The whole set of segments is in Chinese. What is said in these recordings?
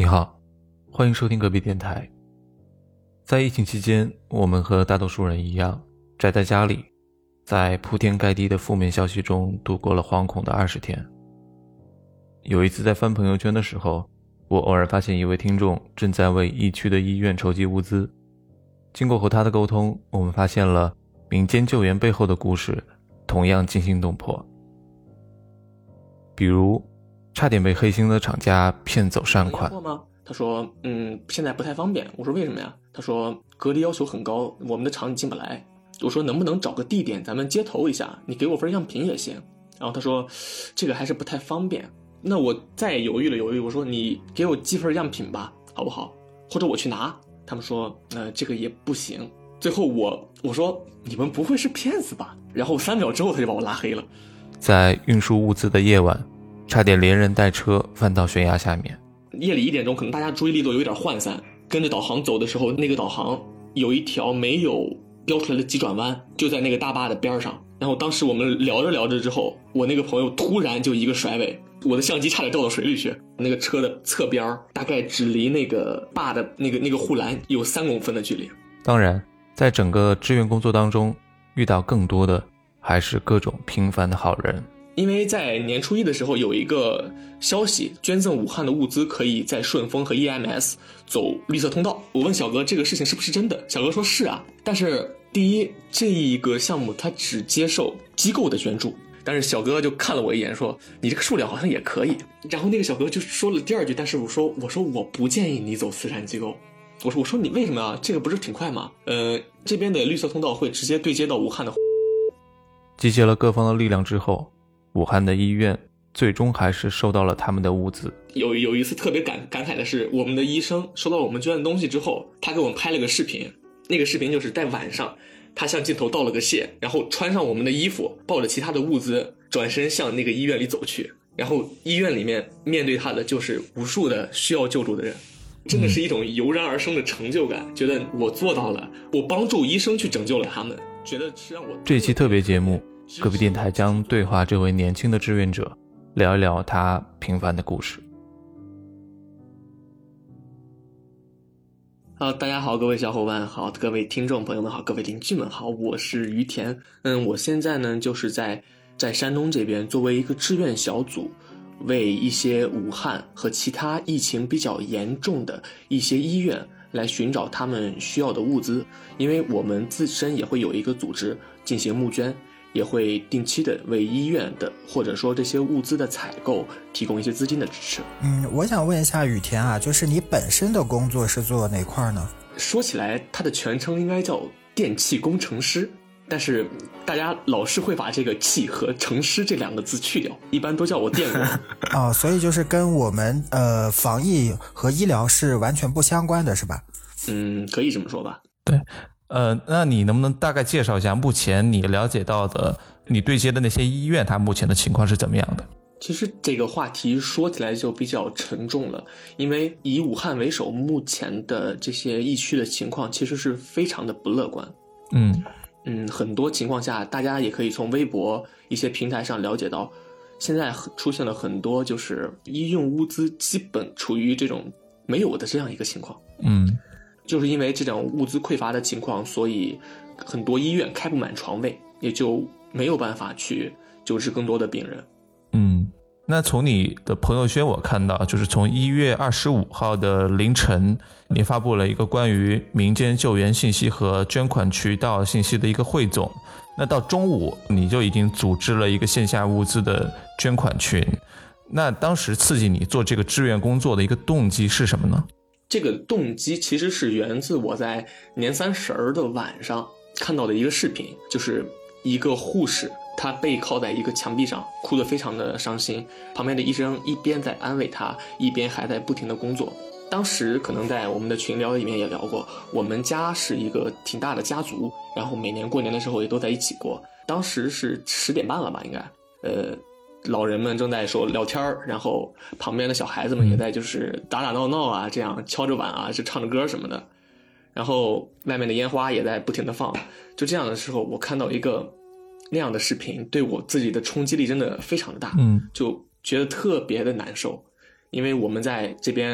你好，欢迎收听隔壁电台。在疫情期间，我们和大多数人一样，宅在家里，在铺天盖地的负面消息中度过了惶恐的20天。有一次在翻朋友圈的时候，我偶尔发现一位听众正在为疫区的医院筹集物资。经过和他的沟通，我们发现了民间救援背后的故事，同样惊心动魄。比如差点被黑心的厂家骗走善款吗？他说现在不太方便。我说为什么呀？他说隔离要求很高，我们的厂你进不来。我说能不能找个地点咱们接头一下，你给我份样品也行。然后他说这个还是不太方便。那我再犹豫了犹豫，我说你给我寄份样品吧，好不好？或者我去拿。他们说这个也不行。最后我说你们不会是骗子吧？然后3秒之后他就把我拉黑了。 在运输物资的夜晚，差点连人带车翻到悬崖下面。 夜里1点钟，可能大家注意力都有点涣散，跟着导航走的时候，那个导航有一条没有标出来的急转弯，就在那个大坝的边上。然后当时我们聊着聊着之后，我那个朋友突然就一个甩尾，我的相机差点掉到水里去。那个车的侧边大概只离那个坝的那个护栏有3公分的距离。 当然，在整个支援工作当中，遇到更多的还是各种平凡的好人。 因为在年初1的时候有一个消息，捐赠武汉的物资可以在顺丰和 EMS 走绿色通道。我问小哥这个事情是不是真的，小哥说是啊，但是第一，这一个项目他只接受机构的捐助。但是小哥就看了我一眼说你这个数量好像也可以。然后那个小哥就说了第2句，但是我说我不建议你走慈善机构。我说你为什么啊？这个不是挺快吗？这边的绿色通道会直接对接到武汉的。 集结了各方的力量之后，武汉的医院最终还是收到了他们的物资。 有一次特别感慨的是，我们的医生收到了我们捐的东西之后，他给我们拍了个视频。那个视频就是在晚上，他向镜头道了个谢，然后穿上我们的衣服，抱着其他的物资，转身向那个医院里走去。然后医院里面面对他的就是无数的需要救助的人，真的是一种油然而生的成就感，觉得我做到了，我帮助医生去拯救了他们，觉得是让我。 这期特别节目，隔壁电台将对话这位年轻的志愿者，聊一聊他平凡的故事。 好，大家好，各位小伙伴好，各位听众朋友们好，各位邻居们好，我是于田。我现在呢就是在山东这边，作为一个志愿小组，为一些武汉和其他疫情比较严重的一些医院来寻找他们需要的物资。因为我们自身也会有一个组织进行募捐，也会定期的为医院的或者说这些物资的采购提供一些资金的支持。 我想问一下雨田啊，就是你本身的工作是做哪块呢？ 说起来它的全称应该叫电气工程师，但是大家老是会把这个气和程师这2个字去掉，一般都叫我电工。 所以就是跟我们防疫和医疗是完全不相关的是吧？ 可以这么说吧。 对，那你能不能大概介绍一下目前你了解到的你对接的那些医院它目前的情况是怎么样的？ 其实这个话题说起来就比较沉重了，因为以武汉为首，目前的这些疫区的情况其实是非常的不乐观。很多情况下大家也可以从微博一些平台上了解到，现在出现了很多就是医用物资基本处于这种没有的这样一个情况。就是因为这种物资匮乏的情况，所以很多医院开不满床位，也就没有办法去救治更多的病人。 那从你的朋友圈我看到，就是从1月25号的凌晨，你发布了一个关于民间救援信息和捐款渠道信息的一个汇总。那到中午你就已经组织了一个线下物资的捐款群。那当时刺激你做这个志愿工作的一个动机是什么呢？ 这个动机其实是源自我在年30的晚上看到的一个视频，就是一个护士，她背靠在一个墙壁上，哭得非常的伤心，旁边的医生一边在安慰她，一边还在不停的工作。当时可能在我们的群聊里面也聊过，我们家是一个挺大的家族，然后每年过年的时候也都在一起过。当时是10点半了吧，应该老人们正在说聊天，然后旁边的小孩子们也在就是打打闹闹啊，这样敲着碗啊，就唱着歌什么的，然后外面的烟花也在不停的放。就这样的时候，我看到一个那样的视频，对我自己的冲击力真的非常的大，就觉得特别的难受。因为我们在这边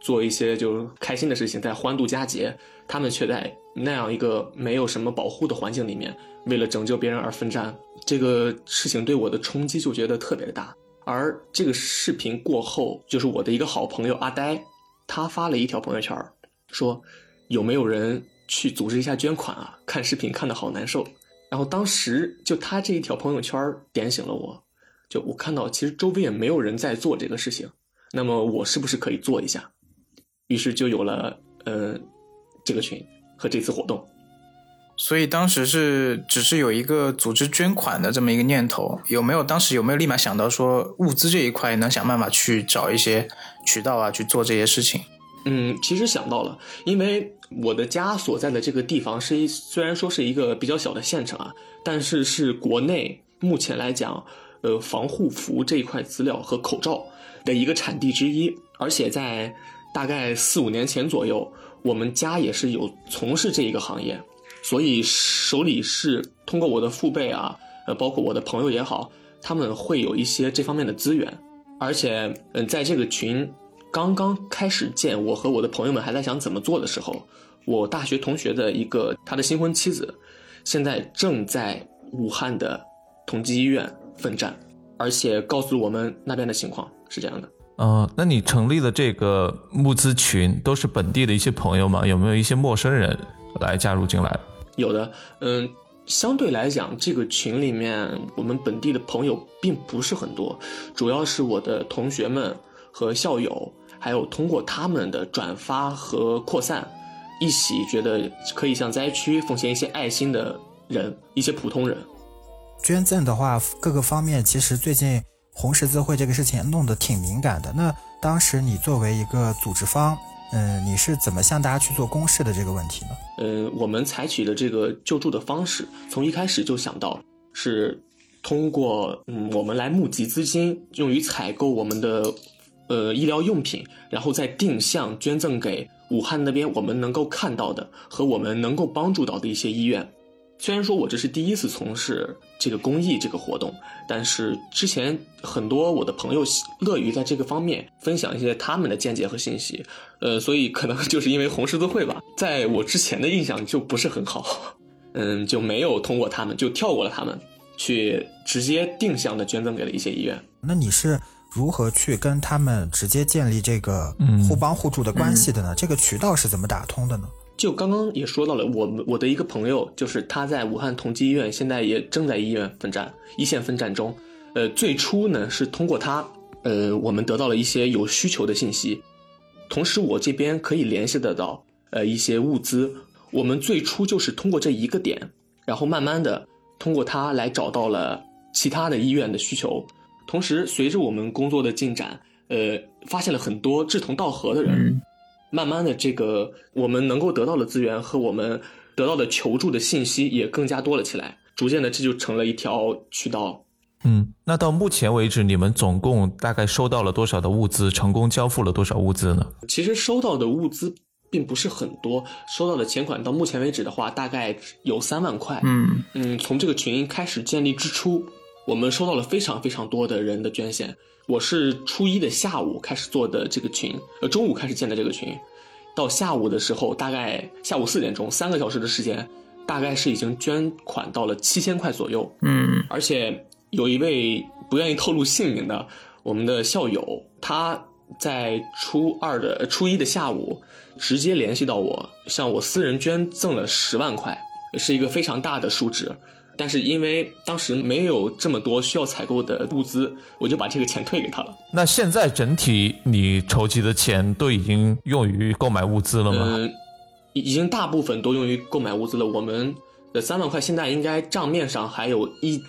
做一些就开心的事情，在欢度佳节，他们却在那样一个没有什么保护的环境里面，为了拯救别人而奋战。这个事情对我的冲击就觉得特别的大。而这个视频过后，就是我的一个好朋友阿呆，他发了一条朋友圈说有没有人去组织一下捐款啊，看视频看得好难受。然后当时就他这一条朋友圈点醒了我，就我看到其实周围也没有人在做这个事情，那么我是不是可以做一下？于是就有了这个群和这次活动。 所以当时只是有一个组织捐款的这么一个念头，当时有没有立马想到说物资这一块能想办法去找一些渠道啊去做这些事情？ 其实想到了，因为我的家所在的这个地方虽然说是一个比较小的县城啊，但是国内目前来讲防护服这一块资料和口罩的一个产地之一。而且在大概4-5年前左右，我们家也是有从事这一个行业，所以手里是通过我的父辈啊，包括我的朋友也好，他们会有一些这方面的资源。而且在这个群刚刚开始建，我和我的朋友们还在想怎么做的时候，我大学同学的他的新婚妻子现在正在武汉的同济医院奋战，而且告诉我们那边的情况是这样的。 那你成立的这个物资群都是本地的一些朋友吗？有没有一些陌生人来加入进来？ 有的，相对来讲，这个群里面我们本地的朋友并不是很多，主要是我的同学们和校友，还有通过他们的转发和扩散，一起觉得可以向灾区奉献一些爱心的人，一些普通人。 捐赠的话，各个方面其实最近红十字会这个事情弄得挺敏感的。那当时你作为一个组织方，你是怎么向大家去做公示的这个问题呢？ 我们采取的这个救助的方式，从一开始就想到是通过我们来募集资金，用于采购我们的医疗用品，然后再定向捐赠给武汉那边我们能够看到的和我们能够帮助到的一些医院。虽然说我这是第一次从事这个公益这个活动，但是之前很多我的朋友乐于在这个方面分享一些他们的见解和信息，所以可能就是因为红十字会吧，在我之前的印象就不是很好，就没有通过他们，就跳过了他们，去直接定向的捐赠给了一些医院。 那你是如何去跟他们直接建立这个互帮互助的关系的呢？这个渠道是怎么打通的呢？ 就刚刚也说到了，我的一个朋友，就是他在武汉同济医院，现在也正在医院奋战，一线奋战中。最初呢是通过他，我们得到了一些有需求的信息，同时我这边可以联系得到一些物资。我们最初就是通过这一个点，然后慢慢的通过他来找到了其他的医院的需求。同时随着我们工作的进展，发现了很多志同道合的人。慢慢的，这个我们能够得到的资源和我们得到的求助的信息也更加多了起来，逐渐的这就成了一条渠道。 那到目前为止，你们总共大概收到了多少的物资，成功交付了多少物资呢？ 其实收到的物资并不是很多，收到的钱款到目前为止的话，大概有3万块。从这个群开始建立之初，我们收到了非常非常多的人的捐献。我是初一的下午开始做的这个群，中午开始建的这个群，到下午的时候，大概下午4点钟，3个小时的时间，大概是已经捐款到了7000块左右。而且有一位不愿意透露姓名的我们的校友，他在初一的下午直接联系到我，向我私人捐赠了10万块，是一个非常大的数值。但是因为当时没有这么多需要采购的物资，我就把这个钱退给他了。 那现在整体你筹集的钱都已经用于购买物资了吗？ 已经大部分都用于购买物资了。我们的3万块现在应该账面上还有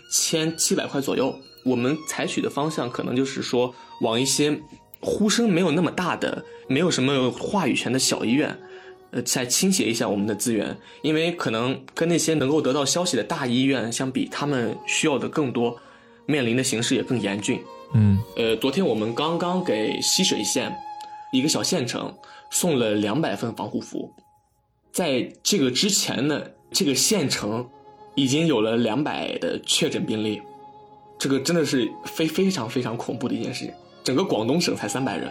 1700块左右。我们采取的方向可能就是说，往一些呼声没有那么大的、没有什么话语权的小医院再倾斜一下我们的资源，因为可能跟那些能够得到消息的大医院相比，他们需要的更多，面临的形势也更严峻。昨天我们刚刚给西水县一个小县城送了200份防护服，在这个之前呢，这个县城已经有了200的确诊病例，这个真的是非常非常恐怖的一件事情。整个广东省才300人，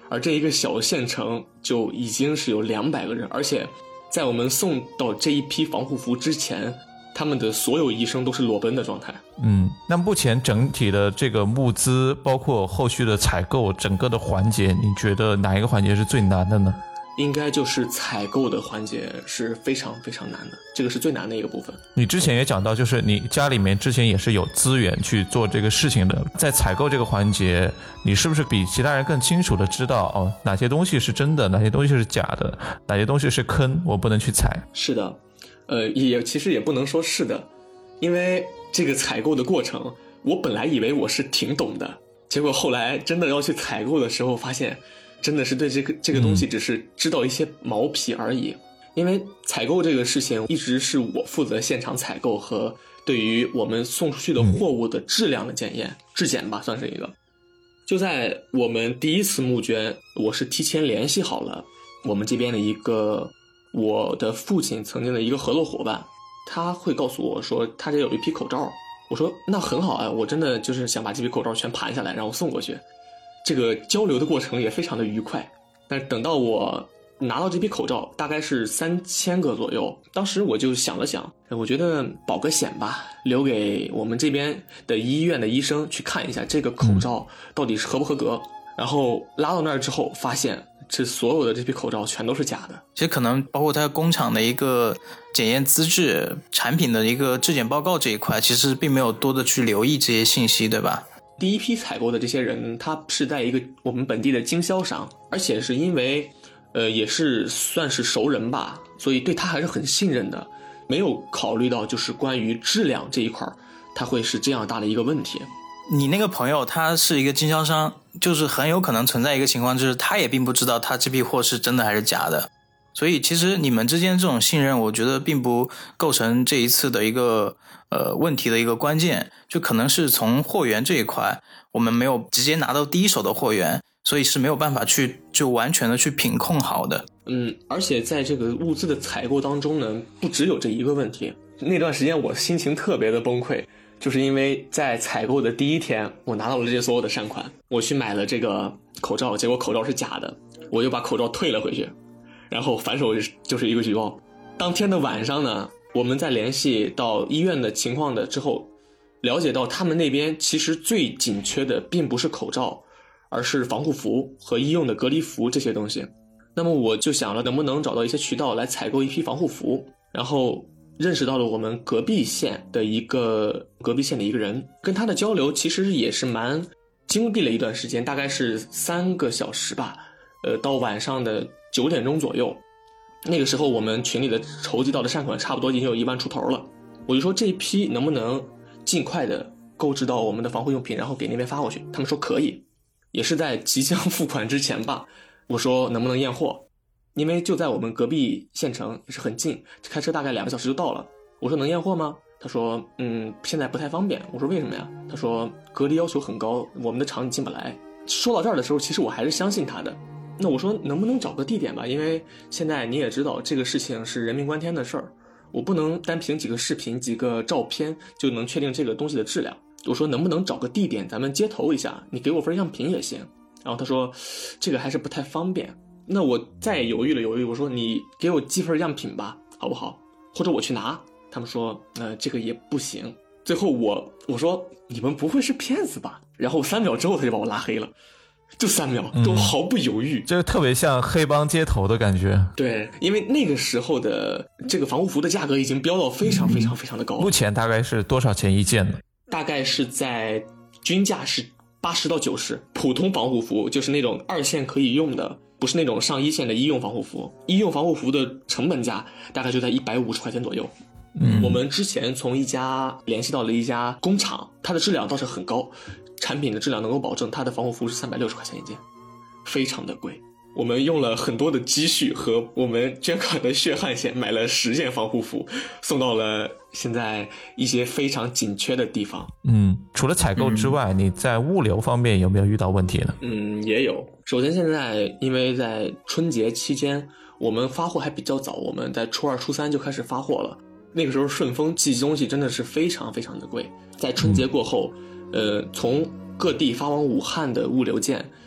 而这一个小县城就已经是有200个人，而且在我们送到这一批防护服之前，他们的所有医生都是裸奔的状态。 那目前整体的这个物资，包括后续的采购，整个的环节，你觉得哪一个环节是最难的呢？ 应该就是采购的环节是非常非常难的，这个是最难的一个部分。 你之前也讲到，就是你家里面之前也是有资源去做这个事情的，在采购这个环节，你是不是比其他人更清楚的知道哪些东西是真的，哪些东西是假的，哪些东西是坑，我不能去采？ 是的，其实也不能说是的，因为这个采购的过程，我本来以为我是挺懂的，结果后来真的要去采购的时候，发现真的是对这个东西只是知道一些毛皮而已。因为采购这个事情一直是我负责现场采购和对于我们送出去的货物的质量的质检吧，算是一个。就在我们第一次募捐，我是提前联系好了我们这边的我的父亲曾经的一个合作伙伴，他会告诉我说他这有一批口罩。我说那很好啊，我真的就是想把这批口罩全盘下来然后送过去。这个交流的过程也非常的愉快，但是等到我拿到这批口罩大概是3000个左右，当时我就想了想，我觉得保个险吧，留给我们这边的医院的医生去看一下这个口罩到底是合不合格。然后拉到那儿之后发现这所有的这批口罩全都是假的。 其实可能包括它工厂的一个检验资质、产品的一个质检报告这一块，其实并没有多的去留意这些信息，对吧？ 第一批采购的这些人，他是在一个我们本地的经销商，而且是因为也是算是熟人吧，所以对他还是很信任的，没有考虑到就是关于质量这一块它会是这样大的一个问题。 你那个朋友他是一个经销商，就是很有可能存在一个情况，就是他也并不知道他这批货是真的还是假的，所以其实你们之间这种信任我觉得并不构成这一次的一个问题的一个关键，就可能是从货源这一块我们没有直接拿到第一手的货源，所以是没有办法就完全的去品控好的。 而且在这个物资的采购当中呢，不只有这一个问题。那段时间我心情特别的崩溃，就是因为在采购的第一天，我拿到了这些所有的善款，我去买了这个口罩，结果口罩是假的，我就把口罩退了回去，然后反手就是一个举报。当天的晚上呢，我们在联系到医院的情况的之后，了解到他们那边其实最紧缺的并不是口罩，而是防护服和医用的隔离服这些东西。那么我就想了能不能找到一些渠道来采购一批防护服，然后认识到了我们隔壁县的一个人，跟他的交流其实也是蛮经历了一段时间，大概是3个小时吧，到晚上的9点钟左右，那个时候我们群里的筹集到的善款差不多已经有1万出头了。我就说这一批能不能尽快的购置到我们的防护用品，然后给那边发过去。他们说可以，也是在即将付款之前吧。我说能不能验货，因为就在我们隔壁县城，也是很近，开车大概2个小时就到了。我说能验货吗？他说现在不太方便。我说为什么呀？他说隔离要求很高，我们的厂你进不来。说到这儿的时候，其实我还是相信他的。那我说能不能找个地点吧，因为现在你也知道这个事情是人命关天的事儿，我不能单凭几个视频几个照片就能确定这个东西的质量。我说能不能找个地点咱们接头一下，你给我份样品也行。然后他说这个还是不太方便。那我再犹豫了犹豫，我说你给我寄份样品吧好不好，或者我去拿。他们说这个也不行。最后我说你们不会是骗子吧？然后3秒之后他就把我拉黑了，就3秒都毫不犹豫， 这特别像黑帮接头的感觉。 对，因为那个时候的这个防护服的价格已经飙到非常非常非常的高。 目前大概是多少钱一件呢？ 大概是在均价是80到90，普通防护服就是那种2线可以用的，不是那种上1线的医用防护服。医用防护服的成本价大概就在150块钱左右。我们之前从联系到了一家工厂，它的质量倒是很高，产品的质量能够保证，它的防护服是360块钱一件，非常的贵。我们用了很多的积蓄和我们捐款的血汗钱，买了10件防护服，送到了现在一些非常紧缺的地方。 除了采购之外，你在物流方面有没有遇到问题呢？ 也有。首先现在因为在春节期间我们发货还比较早，我们在初2初3就开始发货了。那个时候顺丰寄东西真的是非常非常的贵。在春节过后从各地发往武汉的物流件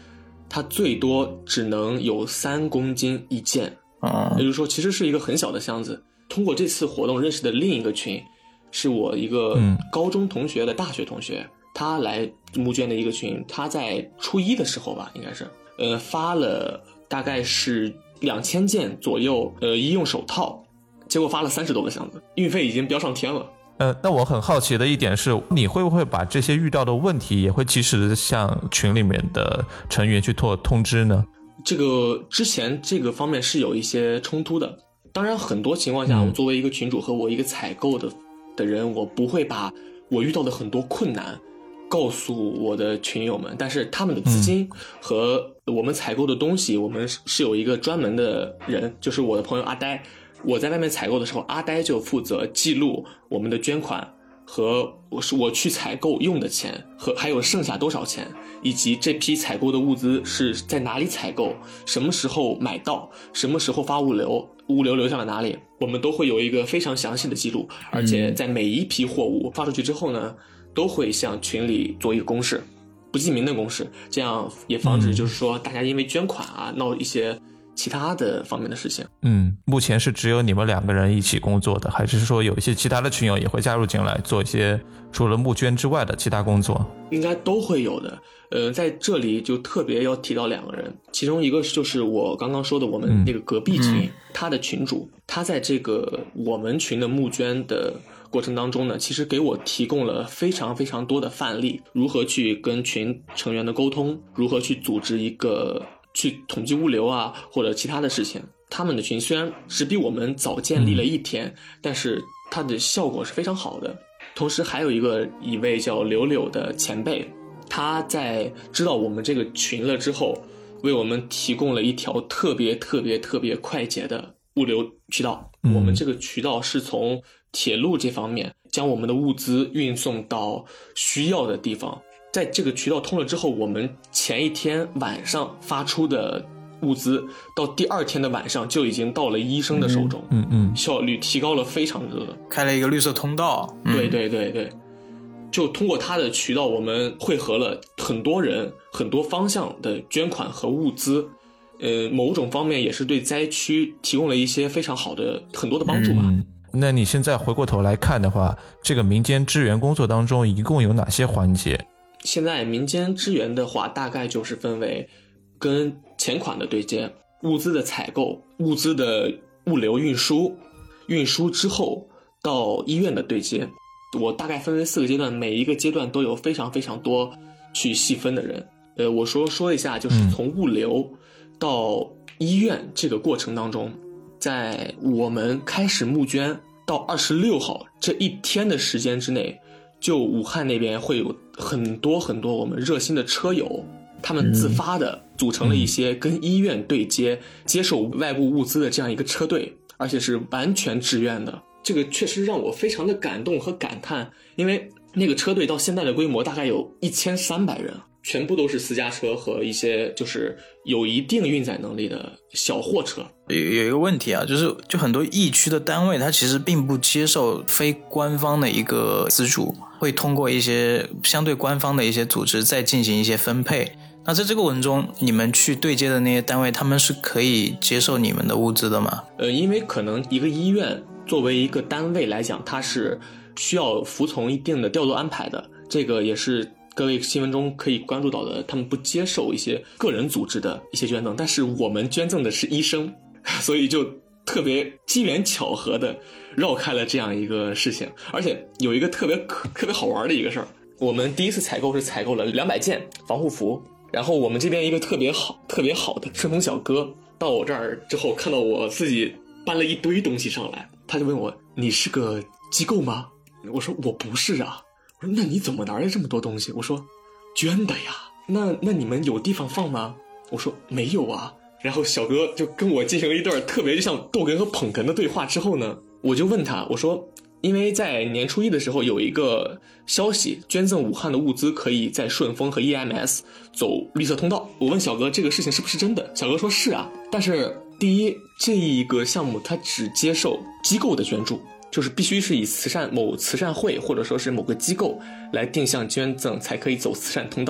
它最多只能有3公斤一件，也就是说其实是一个很小的箱子。通过这次活动认识的另一个群，是我一个高中同学的大学同学，他来募捐的一个群，他在初一的时候吧，应该是发了大概是2000件左右医用手套，结果发了30多个箱子，运费已经飙上天了。 那我很好奇的一点是，你会不会把这些遇到的问题也会及时的向群里面的成员去做通知呢？ 这个之前这个方面是有一些冲突的，当然很多情况下，我作为一个群主和我一个采购的人，我不会把我遇到的很多困难告诉我的群友们，但是他们的资金和我们采购的东西，我们是有一个专门的人，就是我的朋友阿呆。我在外面采购的时候，阿呆就负责记录我们的捐款和我去采购用的钱，和还有剩下多少钱，以及这批采购的物资是在哪里采购，什么时候买到，什么时候发物流流向了哪里，我们都会有一个非常详细的记录。而且在每一批货物发出去之后呢，都会向群里做一个公示，不记名的公示，这样也防止就是说大家因为捐款啊闹一些其他的方面的事情。 目前是只有你们2个人一起工作的，还是说有一些其他的群友也会加入进来做一些除了募捐之外的其他工作？ 应该都会有的。在这里就特别要提到2个人，其中一个就是我刚刚说的我们那个隔壁群，他的群主，他在这个我们群的募捐的过程当中呢，其实给我提供了非常非常多的范例，如何去跟群成员的沟通，如何去组织一个去统计物流啊，或者其他的事情。他们的群虽然只比我们早建立了1天，但是它的效果是非常好的。同时还有一位叫柳柳的前辈，他在知道我们这个群了之后，为我们提供了一条特别快捷的物流渠道。我们这个渠道是从铁路这方面将我们的物资运送到需要的地方，在这个渠道通了之后，我们前一天晚上发出的物资到第2天的晚上就已经到了医生的手中，效率提高了非常多， 开了一个绿色通道。 对，就通过他的渠道，我们汇合了很多人很多方向的捐款和物资，某种方面也是对灾区提供了一些非常好的很多的帮助吧。 那你现在回过头来看的话，这个民间支援工作当中一共有哪些环节？ 现在民间支援的话，大概就是分为跟钱款的对接、物资的采购、物资的物流运输之后到医院的对接。我大概分为4个阶段，每一个阶段都有非常非常多去细分的人。我说一下，就是从物流到医院这个过程当中，在我们开始募捐到26号这1天的时间之内，就武汉那边会有很多我们热心的车友，他们自发的组成了一些跟医院对接、接受外部物资的这样一个车队，而且是完全志愿的。这个确实让我非常的感动和感叹，因为那个车队到现在的规模大概有1300人，全部都是私家车和一些就是有一定运载能力的小货车。 有一个问题啊，就很多疫区的单位，它其实并不接受非官方的一个资助，会通过一些相对官方的一些组织再进行一些分配。那在这个过程中，你们去对接的那些单位，他们是可以接受你们的物资的吗？ 因为可能一个医院作为一个单位来讲，它是需要服从一定的调度安排的，这个也是各位新闻中可以关注到的，他们不接受一些个人组织的一些捐赠，但是我们捐赠的是医生，所以就特别机缘巧合的绕开了这样一个事情。而且有一个特别好玩的一个事儿，我们第一次采购是采购了200件防护服，然后我们这边一个特别好的顺丰小哥到我这儿之后，看到我自己搬了一堆东西上来，他就问我，你是个机构吗？我说我不是啊。我说那你怎么拿来这么多东西？我说捐的呀。那你们有地方放吗？我说没有啊。然后小哥就跟我进行了一段特别就像逗哏和捧哏的对话之后呢，我就问他，我说因为在年初1的时候有一个消息，捐赠武汉的物资可以在顺丰和 EMS 走绿色通道。我问小哥这个事情是不是真的，小哥说是啊，但是第一，这一个项目它只接受机构的捐助，就是必须是以某慈善会或者说是某个机构来定向捐赠才可以走慈善通道。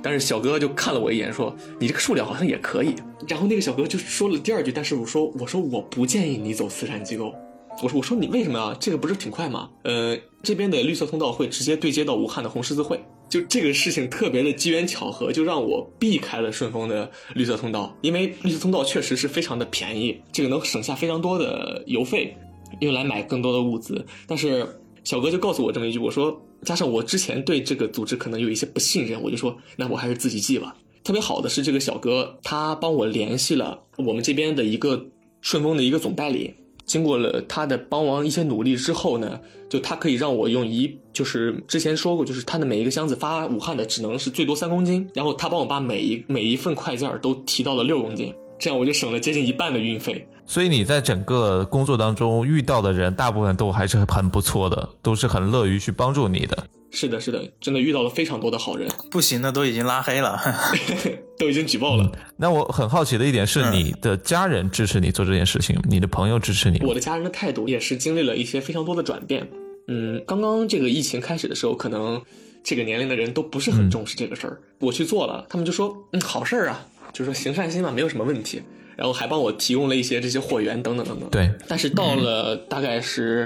但是小哥就看了我一眼说你这个数量好像也可以，然后那个小哥就说了第二句，但是我说我不建议你走慈善机构，我说你为什么啊？这个不是挺快吗？这边的绿色通道会直接对接到武汉的红十字会，就这个事情特别的机缘巧合，就让我避开了顺丰的绿色通道，因为绿色通道确实是非常的便宜，这个能省下非常多的邮费，用来买更多的物资。但是小哥就告诉我这么一句，我说加上我之前对这个组织可能有一些不信任，我就说那我还是自己记吧。特别好的是这个小哥他帮我联系了我们这边的一个顺丰的一个总代理，经过了他的帮忙一些努力之后呢，就他可以让我用就是之前说过，就是他的每一个箱子发武汉的只能是最多3公斤，然后他帮我把每一份快件都提到了6公斤，这样我就省了接近1半的运费。 所以你在整个工作当中遇到的人大部分都还是很不错的，都是很乐于去帮助你的。 是的，真的遇到了非常多的好人， 不行的都已经拉黑了都已经举报了。 那我很好奇的一点是，你的家人支持你做这件事情，你的朋友支持你吗？ 我的家人的态度也是经历了一些非常多的转变。刚刚这个疫情开始的时候，可能这个年龄的人都不是很重视这个事儿，我去做了，他们就说好事儿啊，就说行善心嘛，没有什么问题，然后还帮我提供了一些这些货源等等等等。 对， 但是到了大概是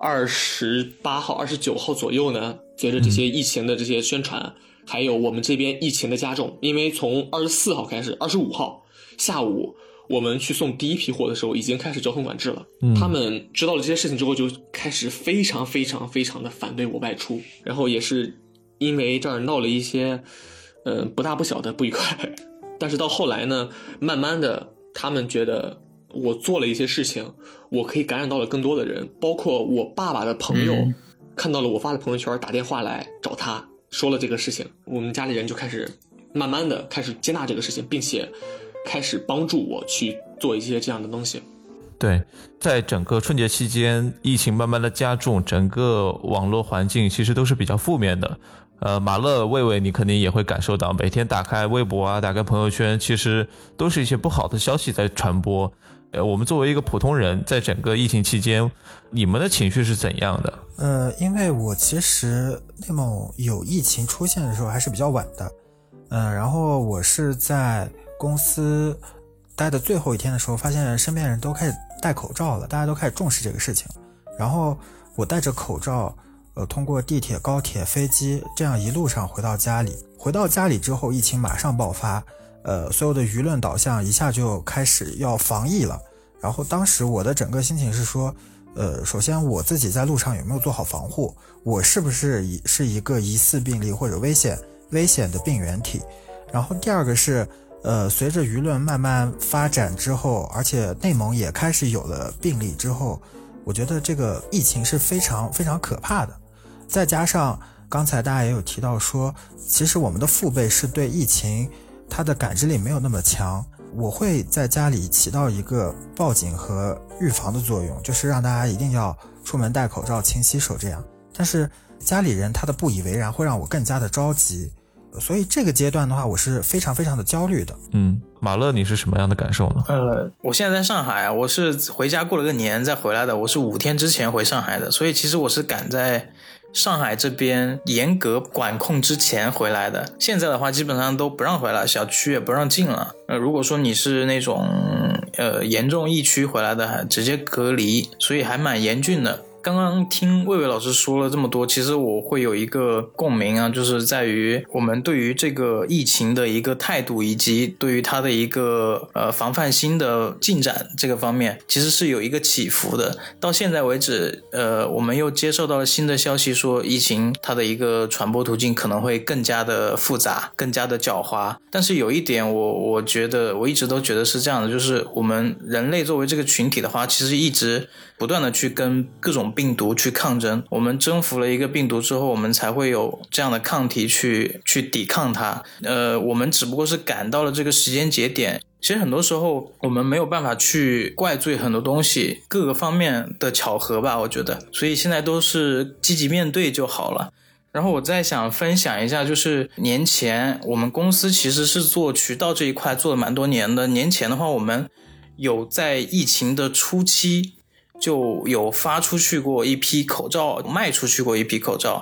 28号、29号左右呢，随着这些疫情的这些宣传，还有我们这边疫情的加重，因为从24号开始，25号下午我们去送第一批货的时候已经开始交通管制了。他们知道了这些事情之后就开始非常非常非常的反对我外出，然后也是因为这儿闹了一些不大不小的不愉快。但是到后来呢，慢慢的他们觉得我做了一些事情，我可以感染到了更多的人，包括我爸爸的朋友看到了我发的朋友圈，打电话来找他说了这个事情，我们家里人就开始慢慢的开始接纳这个事情，并且开始帮助我去做一些这样的东西。 对，在整个春节期间，疫情慢慢的加重，整个网络环境其实都是比较负面的。马乐、魏魏，你肯定也会感受到，每天打开微博啊，打开朋友圈，其实都是一些不好的消息在传播。我们作为一个普通人，在整个疫情期间，你们的情绪是怎样的？ 因为我其实内蒙有疫情出现的时候还是比较晚的，然后我是在公司待的最后一天的时候，发现身边人都开始戴口罩了，大家都开始重视这个事情。然后我戴着口罩，通过地铁、高铁、飞机，这样一路上回到家里。回到家里之后，疫情马上爆发，所有的舆论导向一下就开始要防疫了。然后当时我的整个心情是说，首先我自己在路上有没有做好防护，我是不是一个疑似病例或者危险的病原体。然后第二个是随着舆论慢慢发展之后，而且内蒙也开始有了病例之后，我觉得这个疫情是非常非常可怕的。再加上刚才大家也有提到说，其实我们的父辈是对疫情它的感知力没有那么强，我会在家里起到一个报警和预防的作用，就是让大家一定要出门戴口罩、勤洗手这样。但是家里人他的不以为然会让我更加的着急，所以这个阶段的话，我是非常非常的焦虑的。 马乐，你是什么样的感受呢？ 我现在在上海，我是回家过了个年再回来的，我是5天之前回上海的，所以其实我是赶在上海这边严格管控之前回来的。现在的话基本上都不让回来，小区也不让进了。如果说你是那种严重疫区回来的，还直接隔离，所以还蛮严峻的。刚刚听魏魏老师说了这么多，其实我会有一个共鸣啊，就是在于我们对于这个疫情的一个态度，以及对于它的一个防范心的进展这个方面，其实是有一个起伏的。到现在为止，我们又接受到了新的消息，说疫情它的一个传播途径可能会更加的复杂，更加的狡猾。但是有一点我觉得我一直都觉得是这样的，就是我们人类作为这个群体的话，其实一直不断的去跟各种病毒去抗争，我们征服了一个病毒之后，我们才会有这样的抗体去抵抗它。我们只不过是赶到了这个时间节点。其实很多时候我们没有办法去怪罪很多东西，各个方面的巧合吧，我觉得。所以现在都是积极面对就好了。然后我再想分享一下，就是年前我们公司其实是做渠道这一块做了蛮多年的。年前的话，我们有在疫情的初期就有发出去过一批口罩，卖出去过一批口罩。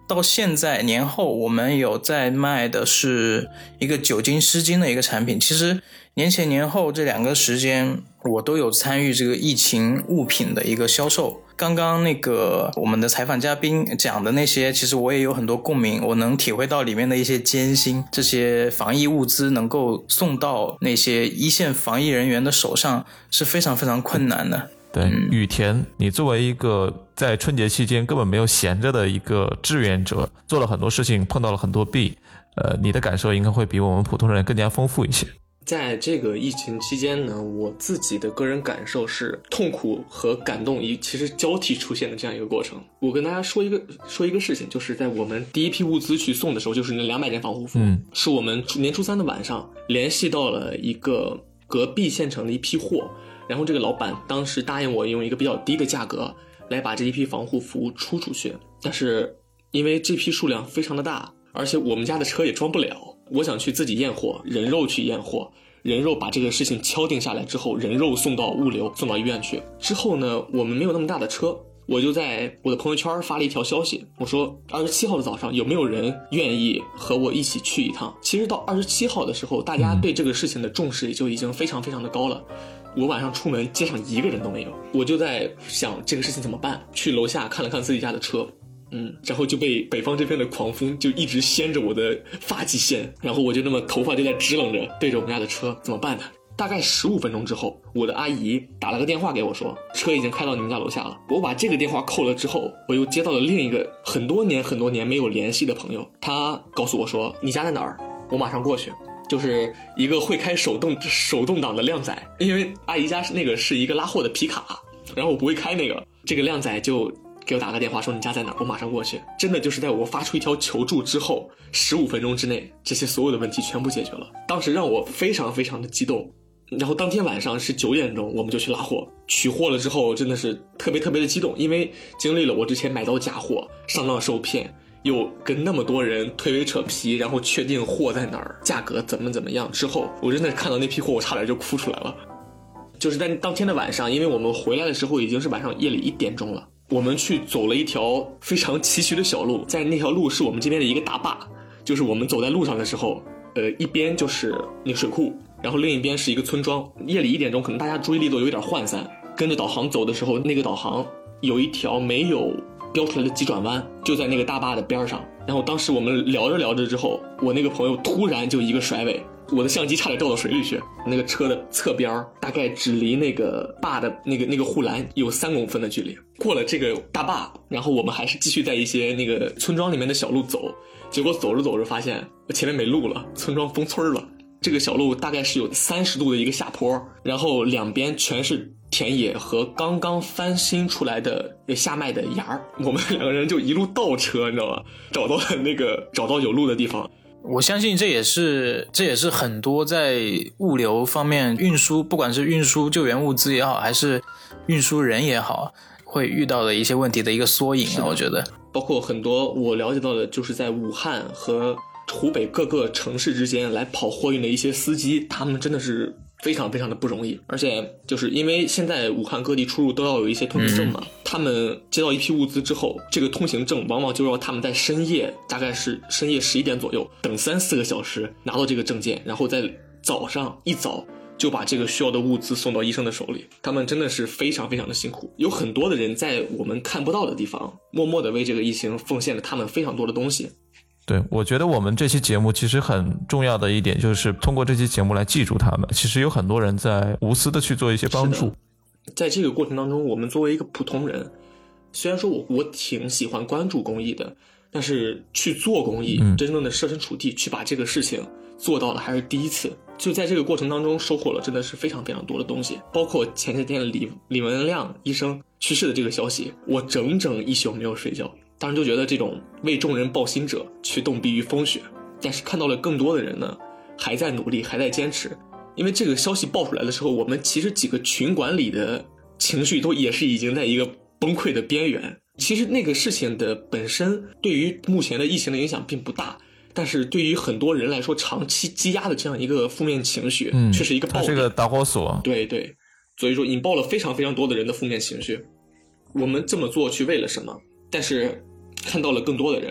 到现在年后我们有在卖的是一个酒精湿巾的一个产品。其实年前年后这2个时间我都有参与这个疫情物品的一个销售。刚刚那个我们的采访嘉宾讲的那些，其实我也有很多共鸣，我能体会到里面的一些艰辛，这些防疫物资能够送到那些一线防疫人员的手上是非常非常困难的。 对，雨田，你作为一个在春节期间根本没有闲着的一个志愿者，做了很多事情，碰到了很多弊，你的感受应该会比我们普通人更加丰富一些。 在这个疫情期间呢，我自己的个人感受是痛苦和感动其实交替出现的这样一个过程。我跟大家说一个事情，就是在我们第一批物资去送的时候，就是那200件防护服，是我们年初3的晚上联系到了一个隔壁县城的一批货，然后这个老板当时答应我用一个比较低的价格来把这一批防护服出去，但是因为这批数量非常的大，而且我们家的车也装不了，我想去自己验货，人肉去验货，人肉把这个事情敲定下来之后，人肉送到物流，送到医院去。之后呢，我们没有那么大的车，我就在我的朋友圈发了一条消息，我说27号的早上有没有人愿意和我一起去一趟。其实到27号的时候，大家对这个事情的重视也就已经非常非常的高了。我晚上出门，街上一个人都没有，我就在想这个事情怎么办，去楼下看了看自己家的车，然后就被北方这边的狂风就一直掀着我的发际线，然后我就那么头发就在支棱着对着我们家的车，怎么办呢？大概15分钟之后，我的阿姨打了个电话给我说，车已经开到你们家楼下了。我把这个电话扣了之后，我又接到了另一个很多年没有联系的朋友，他告诉我说，你家在哪儿？我马上过去。就是一个会开手动挡的靓仔，因为阿姨家是一个拉货的皮卡，然后我不会开那个，这个靓仔就给我打个电话说你家在哪儿，我马上过去。真的就是在我发出一条求助之后15分钟之内，这些所有的问题全部解决了，当时让我非常非常的激动。然后当天晚上是9点钟，我们就去拉货，取货了之后真的是特别特别的激动，因为经历了我之前买到假货，上当受骗，又跟那么多人推诿扯皮，然后确定货在哪儿，价格怎么样之后，我真的看到那批货我差点就哭出来了。就是在当天的晚上，因为我们回来的时候已经是晚上夜里1点钟了，我们去走了一条非常崎岖的小路，在那条路是我们这边的一个大坝，就是我们走在路上的时候，一边就是那个水库，然后另一边是一个村庄。夜里1点钟可能大家注意力都有点涣散，跟着导航走的时候，那个导航有一条没有标出来的急转弯，就在那个大坝的边上。然后当时我们聊着之后，我那个朋友突然就一个甩尾，我的相机差点掉到水里去。那个车的侧边大概只离那个坝的那个护栏有3公分的距离。过了这个大坝，然后我们还是继续在一些那个村庄里面的小路走，结果走着发现前面没路了，村庄封村了。这个小路大概是有30度的一个下坡，然后两边全是田野和刚刚翻新出来的下麦的芽。我们2个人就一路倒车，你知道吗？找到有路的地方。 我相信这也是很多在物流方面运输，不管是运输救援物资也好，还是运输人也好，会遇到的一些问题的一个缩影啊。我觉得包括很多我了解到的，就是在武汉和湖北各个城市之间来跑货运的一些司机，他们真的是非常非常的不容易。而且就是因为现在武汉各地出入都要有一些通行证嘛，他们接到一批物资之后，这个通行证往往就要他们在深夜，大概是深夜11点左右，等3-4个小时拿到这个证件，然后在早上一早就把这个需要的物资送到医生的手里。他们真的是非常非常的辛苦，有很多的人在我们看不到的地方默默的为这个疫情奉献了他们非常多的东西。 对，我觉得我们这期节目其实很重要的一点就是通过这期节目来记住他们，其实有很多人在无私的去做一些帮助。 在这个过程当中，我们作为一个普通人，虽然说我挺喜欢关注公益的，但是去做公益，真正的设身处地去把这个事情做到了还是第一次。就在这个过程当中收获了真的是非常非常多的东西，包括前几天李文亮医生去世的这个消息，我整整一宿没有睡觉。当时就觉得这种为众人抱薪者去冻毙于风雪，但是看到了更多的人呢还在努力，还在坚持。因为这个消息爆出来的时候，我们其实几个群管里的情绪都也是已经在一个崩溃的边缘。其实那个事情的本身对于目前的疫情的影响并不大，但是对于很多人来说，长期积压的这样一个负面情绪却是一个爆点， 它是个导火索。 对对，所以说引爆了非常非常多的人的负面情绪。我们这么做去为了什么？但是看到了更多的人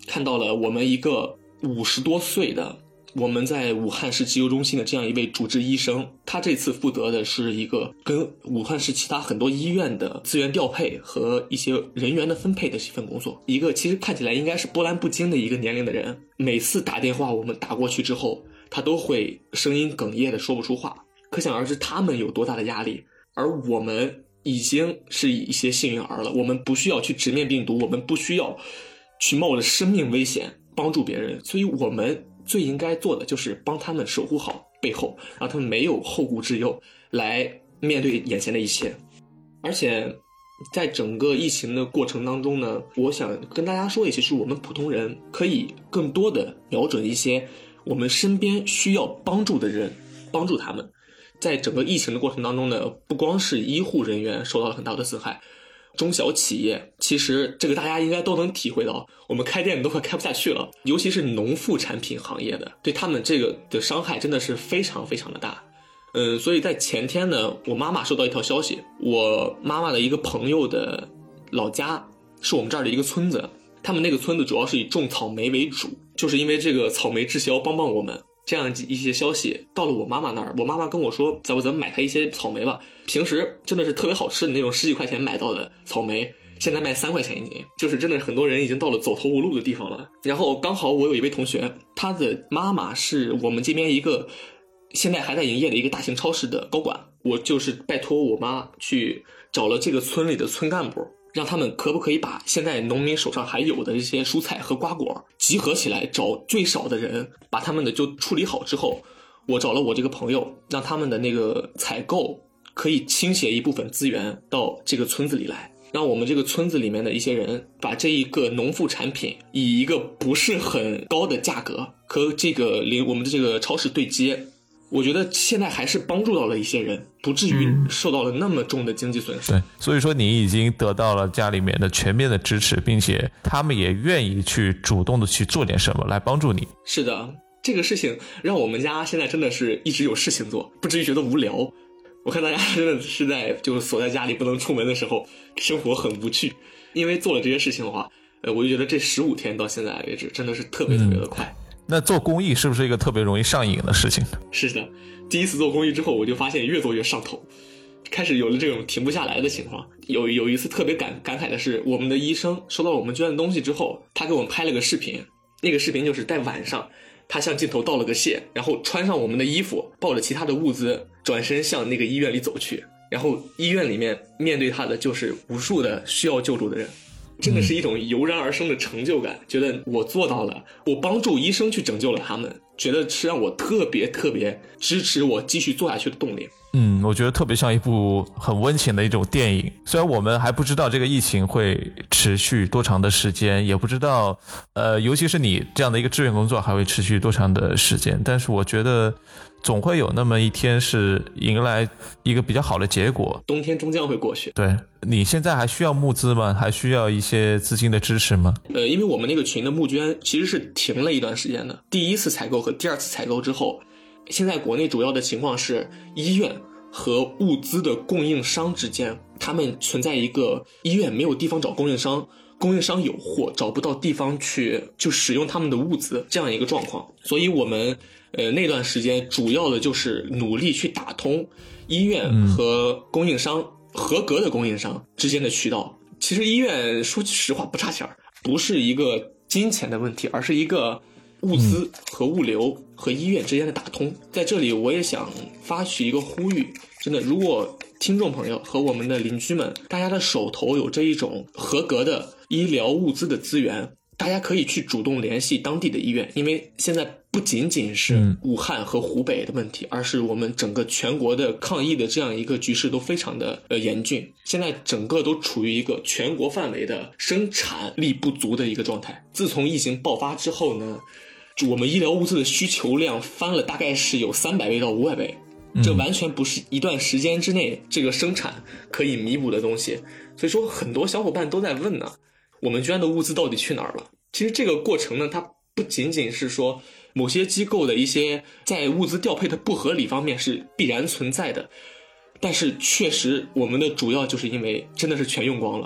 看到了我们一个50多岁的我们在武汉市急救中心的这样一位主治医生，他这次负责的是一个跟武汉市其他很多医院的资源调配和一些人员的分配的一份工作。一个其实看起来应该是波澜不惊的一个年龄的人，每次打电话我们打过去之后，他都会声音哽咽的说不出话，可想而知他们有多大的压力。而我们已经是一些幸运儿了，我们不需要去直面病毒，我们不需要去冒着生命危险帮助别人，所以我们最应该做的就是帮他们守护好背后，让他们没有后顾之忧来面对眼前的一切。而且在整个疫情的过程当中呢，我想跟大家说一些，是我们普通人可以更多的瞄准一些我们身边需要帮助的人，帮助他们。在整个疫情的过程当中呢，不光是医护人员受到了很大的损害，中小企业，其实这个大家应该都能体会到，我们开店都快开不下去了，尤其是农副产品行业的，对他们这个的伤害真的是非常非常的大。所以在前天呢，我妈妈收到一条消息，我妈妈的一个朋友的老家是我们这儿的一个村子，他们那个村子主要是以种草莓为主，就是因为这个草莓滞销，帮帮我们。这样一些消息到了我妈妈那儿，我妈妈跟我说咱们买她一些草莓吧，平时真的是特别好吃的那种10几块钱买到的草莓，现在卖3块钱一斤，就是真的很多人已经到了走投无路的地方了。然后刚好我有一位同学，他的妈妈是我们这边一个现在还在营业的一个大型超市的高管，我就是拜托我妈去找了这个村里的村干部，让他们可不可以把现在农民手上还有的这些蔬菜和瓜果集合起来，找最少的人把他们的就处理好之后，我找了我这个朋友，让他们的那个采购可以倾斜一部分资源到这个村子里来，让我们这个村子里面的一些人把这一个农副产品以一个不是很高的价格和这个我们的这个超市对接。我觉得现在还是帮助到了一些人，不至于受到了那么重的经济损失。 对，所以说你已经得到了家里面的全面的支持，并且他们也愿意去主动的去做点什么来帮助你。 是的，这个事情让我们家现在真的是一直有事情做，不至于觉得无聊。我看大家真的是在就锁在家里不能出门的时候，生活很无趣。因为做了这些事情的话，我就觉得这15天到现在为止真的是特别特别的快。 那做公益是不是一个特别容易上瘾的事情？ 是的，第一次做公益之后，我就发现越做越上头，开始有了这种停不下来的情况。有一次特别感慨的是，我们的医生收到了我们捐的东西之后，他给我们拍了个视频，那个视频就是在晚上，他向镜头道了个谢，然后穿上我们的衣服，抱着其他的物资，转身向那个医院里走去，然后医院里面面对他的就是无数的需要救助的人。真的是一种油然而生的成就感，觉得我做到了，我帮助医生去拯救了他们，觉得是让我特别特别支持我继续做下去的动力。 我觉得特别像一部很温情的一种电影。虽然我们还不知道这个疫情会持续多长的时间，也不知道尤其是你这样的一个志愿工作还会持续多长的时间，但是我觉得总会有那么一天是迎来一个比较好的结果。 冬天终将会过去。 对，你现在还需要募资吗？还需要一些资金的支持吗？ 因为我们那个群的募捐其实是停了一段时间的，第一次采购和第二次采购之后，现在国内主要的情况是医院和物资的供应商之间，他们存在一个医院没有地方找供应商，供应商有货找不到地方去就使用他们的物资，这样一个状况。所以我们那段时间主要的就是努力去打通医院和供应商合格的供应商之间的渠道。其实医院说实话不差钱，不是一个金钱的问题，而是一个物资和物流和医院之间的打通。在这里我也想发起一个呼吁，真的，如果听众朋友和我们的邻居们，大家的手头有这一种合格的医疗物资的资源，大家可以去主动联系当地的医院，因为现在不仅仅是武汉和湖北的问题，而是我们整个全国的抗疫的这样一个局势都非常的严峻，现在整个都处于一个全国范围的生产力不足的一个状态。自从疫情爆发之后呢，我们医疗物资的需求量翻了大概是有300倍到500倍，这完全不是一段时间之内这个生产可以弥补的东西。所以说很多小伙伴都在问呢，我们捐的物资到底去哪儿了？其实这个过程呢，它不仅仅是说某些机构的一些在物资调配的不合理方面是必然存在的，但是确实我们的主要就是因为真的是全用光了。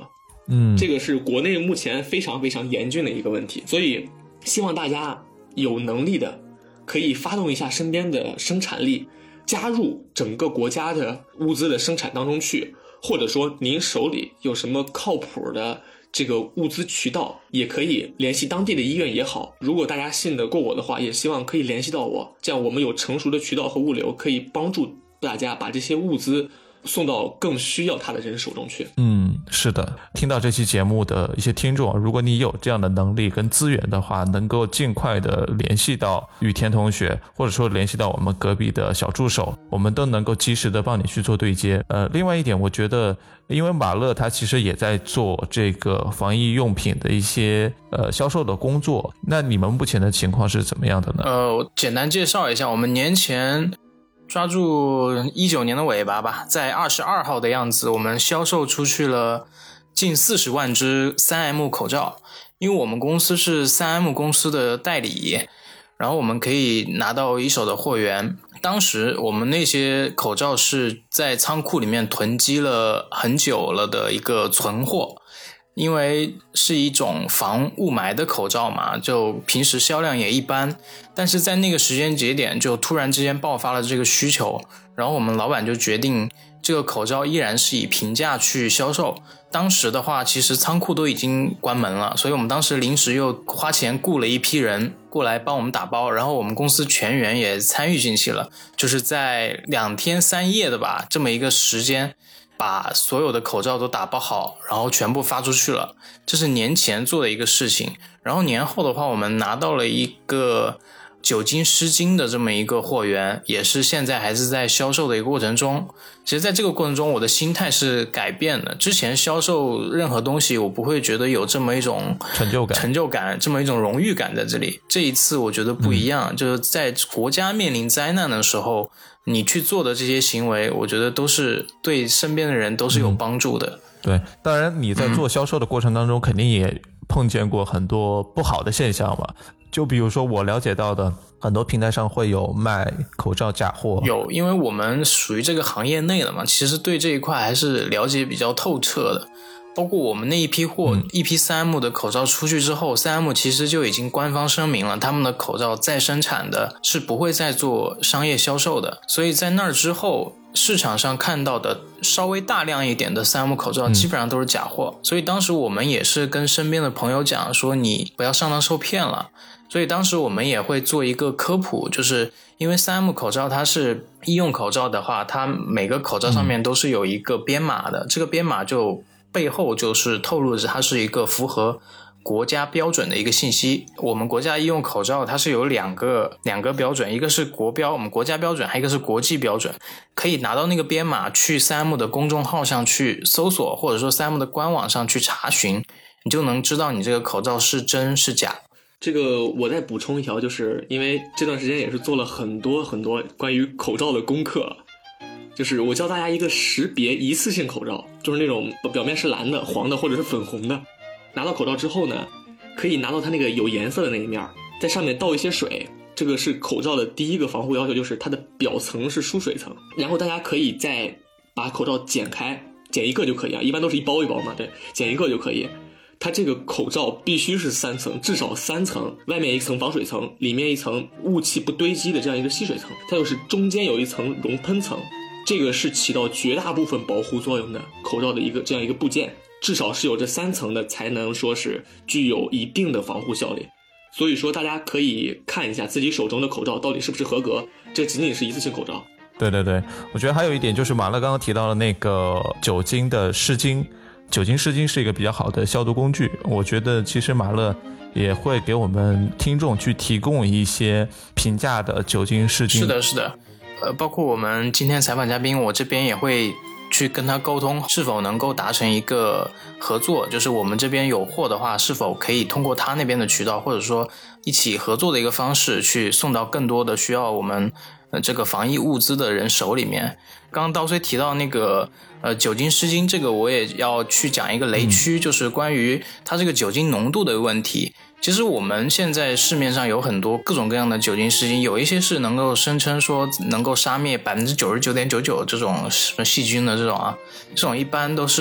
这个是国内目前非常非常严峻的一个问题，所以希望大家有能力的可以发动一下身边的生产力，加入整个国家的物资的生产当中去，或者说您手里有什么靠谱的这个物资渠道，也可以联系当地的医院也好，如果大家信得过我的话，也希望可以联系到我，这样我们有成熟的渠道和物流，可以帮助大家把这些物资送到更需要它的人手中去。 是的，听到这期节目的一些听众，如果你有这样的能力跟资源的话，能够尽快的联系到雨田同学，或者说联系到我们隔壁的小助手，我们都能够及时的帮你去做对接。另外一点，我觉得因为马乐他其实也在做这个防疫用品的一些销售的工作，那你们目前的情况是怎么样的呢？ 我简单介绍一下，我们年前抓住19年的尾巴吧，在22号的样子，我们销售出去了近40万只 3M 口罩。因为我们公司是 3M 公司的代理，然后我们可以拿到一手的货源。当时我们那些口罩是在仓库里面囤积了很久了的一个存货，因为是一种防雾霾的口罩嘛，就平时销量也一般，但是在那个时间节点就突然之间爆发了这个需求，然后我们老板就决定这个口罩依然是以平价去销售。当时的话其实仓库都已经关门了，所以我们当时临时又花钱雇了一批人过来帮我们打包，然后我们公司全员也参与进去了，就是在2天3夜的吧这么一个时间，把所有的口罩都打包好，然后全部发出去了。这是年前做的一个事情。然后年后的话，我们拿到了一个酒精湿巾的这么一个货源，也是现在还是在销售的一个过程中。其实在这个过程中我的心态是改变的，之前销售任何东西我不会觉得有这么一种成就感这么一种荣誉感在这里。这一次我觉得不一样，就是在国家面临灾难的时候，你去做的这些行为，我觉得都是对身边的人都是有帮助的。 对，当然你在做销售的过程当中肯定也碰见过很多不好的现象嘛，就比如说我了解到的很多平台上会有卖口罩假货。 有，因为我们属于这个行业内的嘛，其实对这一块还是了解比较透彻的。包括我们那一批货，一批 3M 的口罩出去之后， 3M 其实就已经官方声明了，他们的口罩再生产的是不会再做商业销售的。所以在那儿之后，市场上看到的稍微大量一点的 3M 口罩基本上都是假货。所以当时我们也是跟身边的朋友讲说，你不要上当受骗了。所以当时我们也会做一个科普，就是因为 3M 口罩它是医用口罩的话，它每个口罩上面都是有一个编码的，这个编码就背后就是透露着它是一个符合国家标准的一个信息。我们国家医用口罩它是有两个标准，一个是国标，我们国家标准，还有一个是国际标准。可以拿到那个编码去 3M 的公众号上去搜索，或者说 3M 的官网上去查询，你就能知道你这个口罩是真是假。 这个我再补充一条，就是因为这段时间也是做了很多关于口罩的功课，就是我教大家一个识别一次性口罩，就是那种表面是蓝的、黄的或者是粉红的。拿到口罩之后呢，可以拿到它那个有颜色的那一面，在上面倒一些水，这个是口罩的第一个防护要求，就是它的表层是疏水层。然后大家可以再把口罩剪开，剪一个就可以啊，一般都是一包一包嘛，对，剪一个就可以。它这个口罩必须是3层，至少3层，外面一层防水层，里面一层雾气不堆积的这样一个吸水层，它就是中间有一层熔喷层，这个是起到绝大部分保护作用的口罩的这样一个部件，至少是有这3层的，才能说是具有一定的防护效力。所以说大家可以看一下自己手中的口罩到底是不是合格，这仅仅是一次性口罩。 对对对，我觉得还有一点就是马乐刚刚提到的那个酒精的湿巾，酒精湿巾是一个比较好的消毒工具，我觉得其实马乐也会给我们听众去提供一些平价的酒精湿巾。 是的是的，包括我们今天采访嘉宾，我这边也会去跟他沟通是否能够达成一个合作，就是我们这边有货的话，是否可以通过他那边的渠道，或者说一起合作的一个方式，去送到更多的需要我们这个防疫物资的人手里面。刚刚刀虽提到那个酒精湿巾，这个我也要去讲一个雷区，就是关于它这个酒精浓度的问题。其实我们现在市面上有很多各种各样的酒精湿巾，有一些是能够声称说能够杀灭 99.99% 这种什么细菌的这种啊，这种一般都是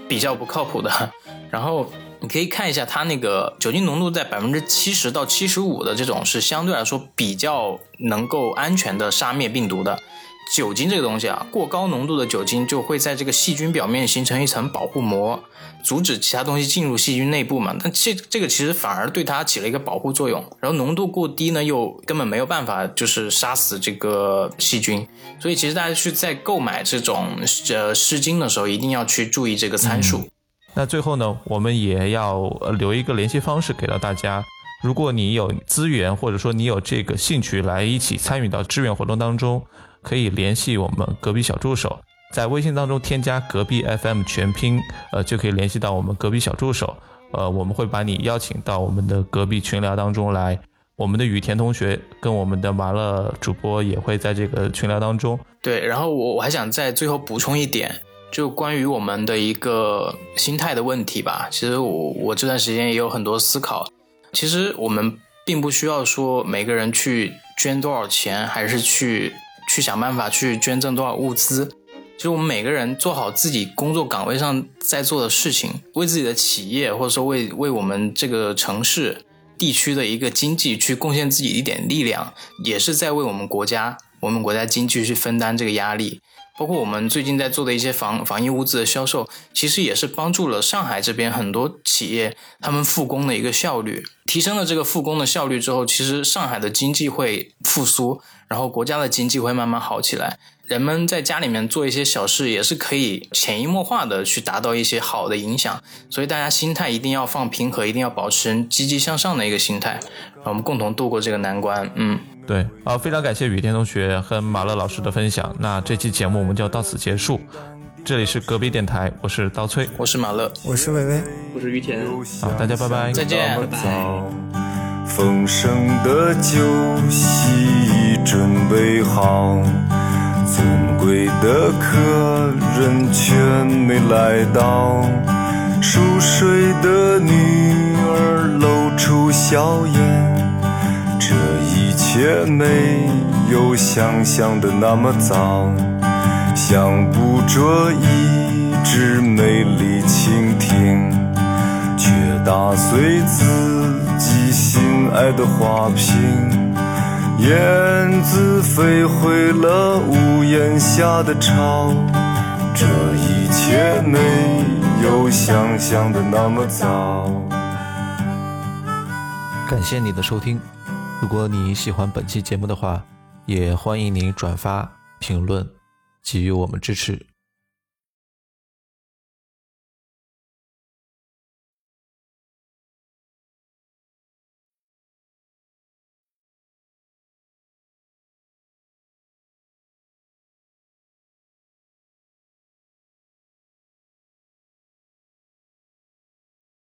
比较不靠谱的。然后你可以看一下它那个酒精浓度在70%到75%的这种是相对来说比较能够安全的杀灭病毒的。酒精这个东西啊，过高浓度的酒精就会在这个细菌表面形成一层保护膜，阻止其他东西进入细菌内部嘛。但这个其实反而对它起了一个保护作用。然后浓度过低呢，又根本没有办法就是杀死这个细菌。所以其实大家去在购买这种湿巾的时候，一定要去注意这个参数。 那最后呢，我们也要留一个联系方式给到大家。如果你有资源，或者说你有这个兴趣来一起参与到志愿活动当中，可以联系我们隔壁小助手，在微信当中添加隔壁 FM 全拼，就可以联系到我们隔壁小助手。我们会把你邀请到我们的隔壁群聊当中来。我们的雨田同学跟我们的马乐主播也会在这个群聊当中。 对，然后我还想在最后补充一点，就关于我们的一个心态的问题吧。其实我这段时间也有很多思考。其实我们并不需要说每个人去捐多少钱，还是去想办法去捐赠多少物资。其实我们每个人做好自己工作岗位上在做的事情，为自己的企业，或者说为我们这个城市地区的一个经济去贡献自己一点力量，也是在为我们国家经济去分担这个压力。包括我们最近在做的一些防疫物资的销售，其实也是帮助了上海这边很多企业他们复工的一个效率。提升了这个复工的效率之后，其实上海的经济会复苏，然后国家的经济会慢慢好起来。人们在家里面做一些小事，也是可以潜移默化的去达到一些好的影响。所以大家心态一定要放平和，一定要保持积极向上的一个心态，让我们共同度过这个难关。 对，非常感谢雨田同学和马乐老师的分享。那这期节目我们就到此结束。这里是隔壁电台，我是刀崔， 我是马乐， 我是薇薇， 我是于田。 好，大家拜拜， 再见， 拜拜。 丰盛的酒席已准备好，尊贵的客人却没来到，熟睡的女儿露出笑颜，这一切没有想象的那么早，想捕捉一只美丽蜻蜓，却打碎自己心爱的花瓶，燕子飞回了屋檐下的巢，这一切没有想象的那么早。 感谢你的收听。如果你喜欢本期节目的话，也欢迎您转发、评论，给予我们支持。